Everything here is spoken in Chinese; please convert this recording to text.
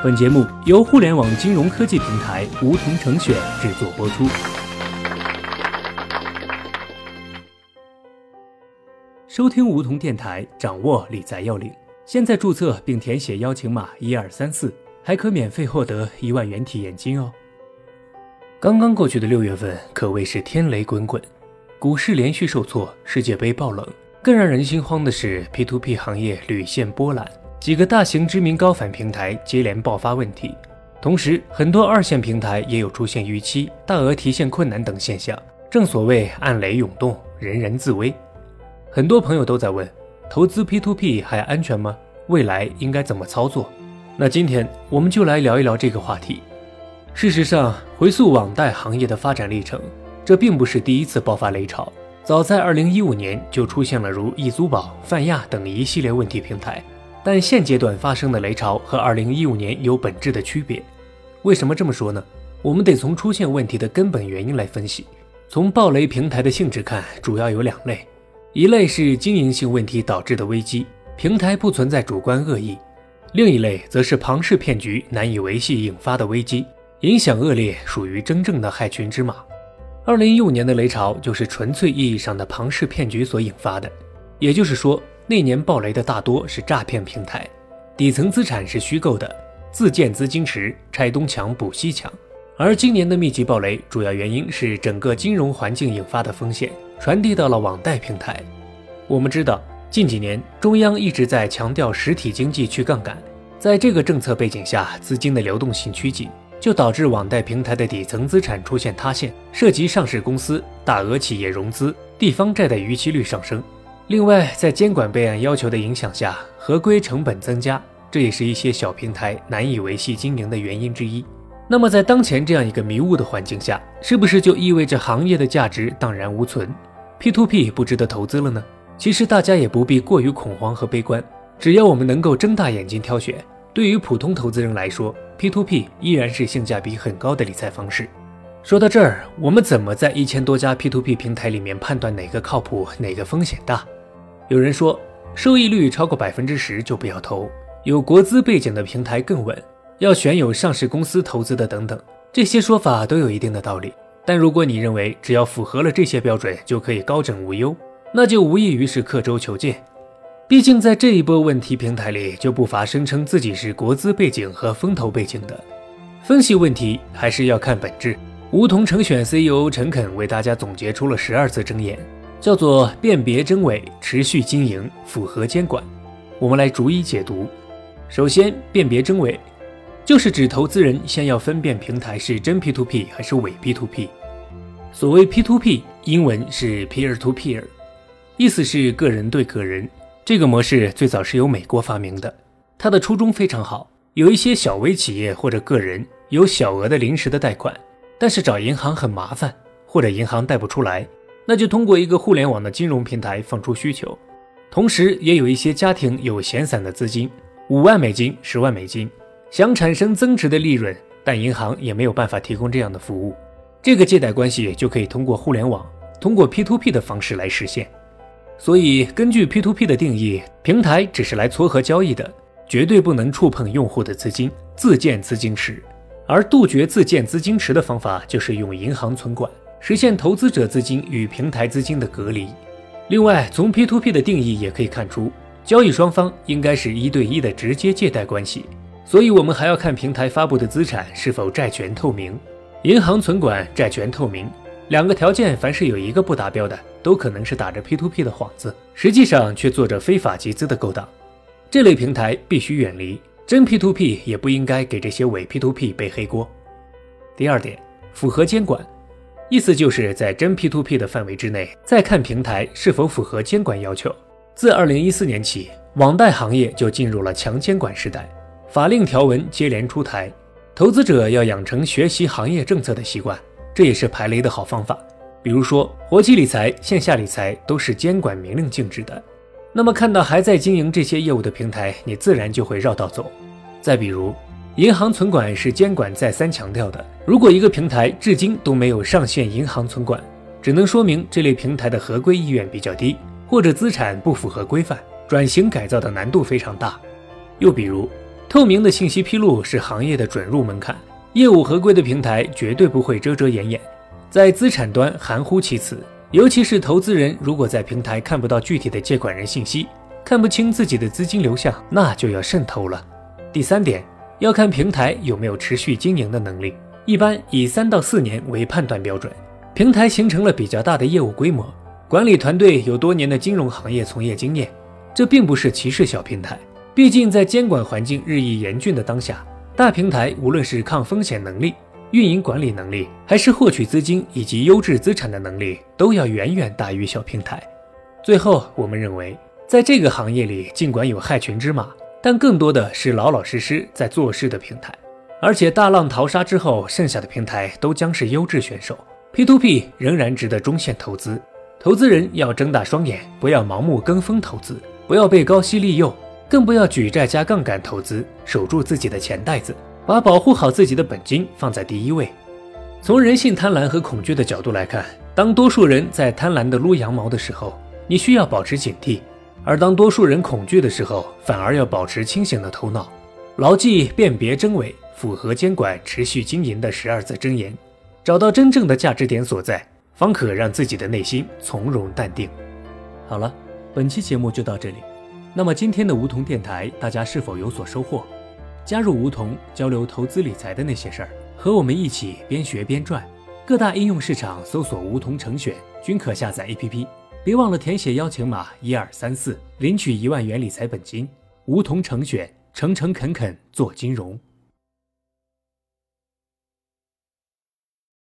本节目由互联网金融科技平台梧桐城选制作播出。收听梧桐电台，掌握理财要领。现在注册并填写邀请码1234，还可免费获得1万元体验金哦。刚刚过去的6月份可谓是天雷滚滚，股市连续受挫，世界杯爆冷。更让人心慌的是 P2P 行业屡现波澜，几个大型知名高反平台接连爆发问题，同时很多二线平台也有出现逾期、大额提现困难等现象。正所谓暗雷涌动，人人自危。很多朋友都在问，投资 P2P 还安全吗？未来应该怎么操作？那今天我们就来聊一聊这个话题。事实上，回溯网贷行业的发展历程，这并不是第一次爆发雷潮。早在2015年就出现了如易租宝、泛亚等一系列问题平台，但现阶段发生的雷潮和2015年有本质的区别。为什么这么说呢？我们得从出现问题的根本原因来分析。从爆雷平台的性质看，主要有2类。一类是经营性问题导致的危机，平台不存在主观恶意；另一类则是庞氏骗局难以维系引发的危机，影响恶劣，属于真正的害群之马。2015年的雷潮就是纯粹意义上的庞氏骗局所引发的，也就是说，那年爆雷的大多是诈骗平台，底层资产是虚构的，自建资金池，拆东墙补西墙。而今年的密集爆雷，主要原因是整个金融环境引发的风险传递到了网贷平台。我们知道，近几年中央一直在强调实体经济去杠杆，在这个政策背景下，资金的流动性趋紧，就导致网贷平台的底层资产出现塌陷，涉及上市公司、大额企业融资，地方债的逾期率上升。另外，在监管备案要求的影响下，合规成本增加，这也是一些小平台难以维系经营的原因之一。那么在当前这样一个迷雾的环境下，是不是就意味着行业的价值荡然无存， P2P 不值得投资了呢？其实大家也不必过于恐慌和悲观，只要我们能够睁大眼睛挑选，对于普通投资人来说， P2P 依然是性价比很高的理财方式。说到这儿，我们怎么在1000多家 P2P 平台里面判断哪个靠谱，哪个风险大？有人说，收益率超过 10% 就不要投，有国资背景的平台更稳，要选有上市公司投资的等等，这些说法都有一定的道理。但如果你认为只要符合了这些标准就可以高枕无忧，那就无异于是刻舟求剑。毕竟在这一波问题平台里，就不乏声称自己是国资背景和风投背景的。分析问题还是要看本质。梧桐城选 CEO 陈肯为大家总结出了12字箴言，叫做辨别真伪、持续经营、符合监管。我们来逐一解读。首先，辨别真伪就是指投资人先要分辨平台是真 P2P 还是伪 P2P。所谓 P2P， 英文是 peer to peer， 意思是个人对个人。这个模式最早是由美国发明的，它的初衷非常好。有一些小微企业或者个人有小额的临时的贷款，但是找银行很麻烦，或者银行贷不出来，那就通过一个互联网的金融平台放出需求。同时也有一些家庭有闲散的资金，5万美金、10万美金，想产生增值的利润，但银行也没有办法提供这样的服务，这个借贷关系就可以通过互联网，通过 P2P 的方式来实现。所以根据 P2P 的定义，平台只是来撮合交易的，绝对不能触碰用户的资金，自建资金池。而杜绝自建资金池的方法就是用银行存管，实现投资者资金与平台资金的隔离。另外，从 P2P 的定义也可以看出，交易双方应该是1对1的直接借贷关系，所以我们还要看平台发布的资产是否债权透明。银行存管、债权透明2个条件，凡是有一个不达标的，都可能是打着 P2P 的幌子，实际上却做着非法集资的勾当。这类平台必须远离，真 P2P 也不应该给这些伪 P2P 背黑锅。第2点，符合监管，意思就是在真 P2P 的范围之内，再看平台是否符合监管要求。自2014年起，网贷行业就进入了强监管时代，法令条文接连出台，投资者要养成学习行业政策的习惯，这也是排雷的好方法。比如说，活期理财、线下理财都是监管明令禁止的。那么看到还在经营这些业务的平台，你自然就会绕道走。再比如，银行存管是监管再三强调的，如果一个平台至今都没有上线银行存管，只能说明这类平台的合规意愿比较低，或者资产不符合规范，转型改造的难度非常大。又比如， 透明的信息披露是行业的准入门槛，业务合规的平台绝对不会遮遮掩掩，在资产端含糊其辞。尤其是投资人如果在平台看不到具体的借款人信息，看不清自己的资金流向，那就要慎投了。第3点，要看平台有没有持续经营的能力，一般以3到4年为判断标准。平台形成了比较大的业务规模，管理团队有多年的金融行业从业经验，这并不是歧视小平台，毕竟在监管环境日益严峻的当下，大平台无论是抗风险能力、运营管理能力，还是获取资金以及优质资产的能力，都要远远大于小平台。最后，我们认为，在这个行业里，尽管有害群之马，但更多的是老老实实在做事的平台。而且大浪淘沙之后，剩下的平台都将是优质选手。P2P 仍然值得中线投资，投资人要睁大双眼，不要盲目跟风投资，不要被高息利诱，更不要举债加杠杆投资，守住自己的钱袋子，把保护好自己的本金放在第一位。从人性贪婪和恐惧的角度来看，当多数人在贪婪的撸羊毛的时候，你需要保持警惕；而当多数人恐惧的时候，反而要保持清醒的头脑，牢记辨别真伪、符合监管、持续经营的12字真言，找到真正的价值点所在，方可让自己的内心从容淡定。好了，本期节目就到这里。那么今天的梧桐电台，大家是否有所收获？加入梧桐，交流投资理财的那些事儿，和我们一起边学边赚。各大应用市场搜索梧桐成选，均可下载 APP。别忘了填写邀请码1234，领取1万元理财本金。梧桐成选，诚诚恳恳做金融。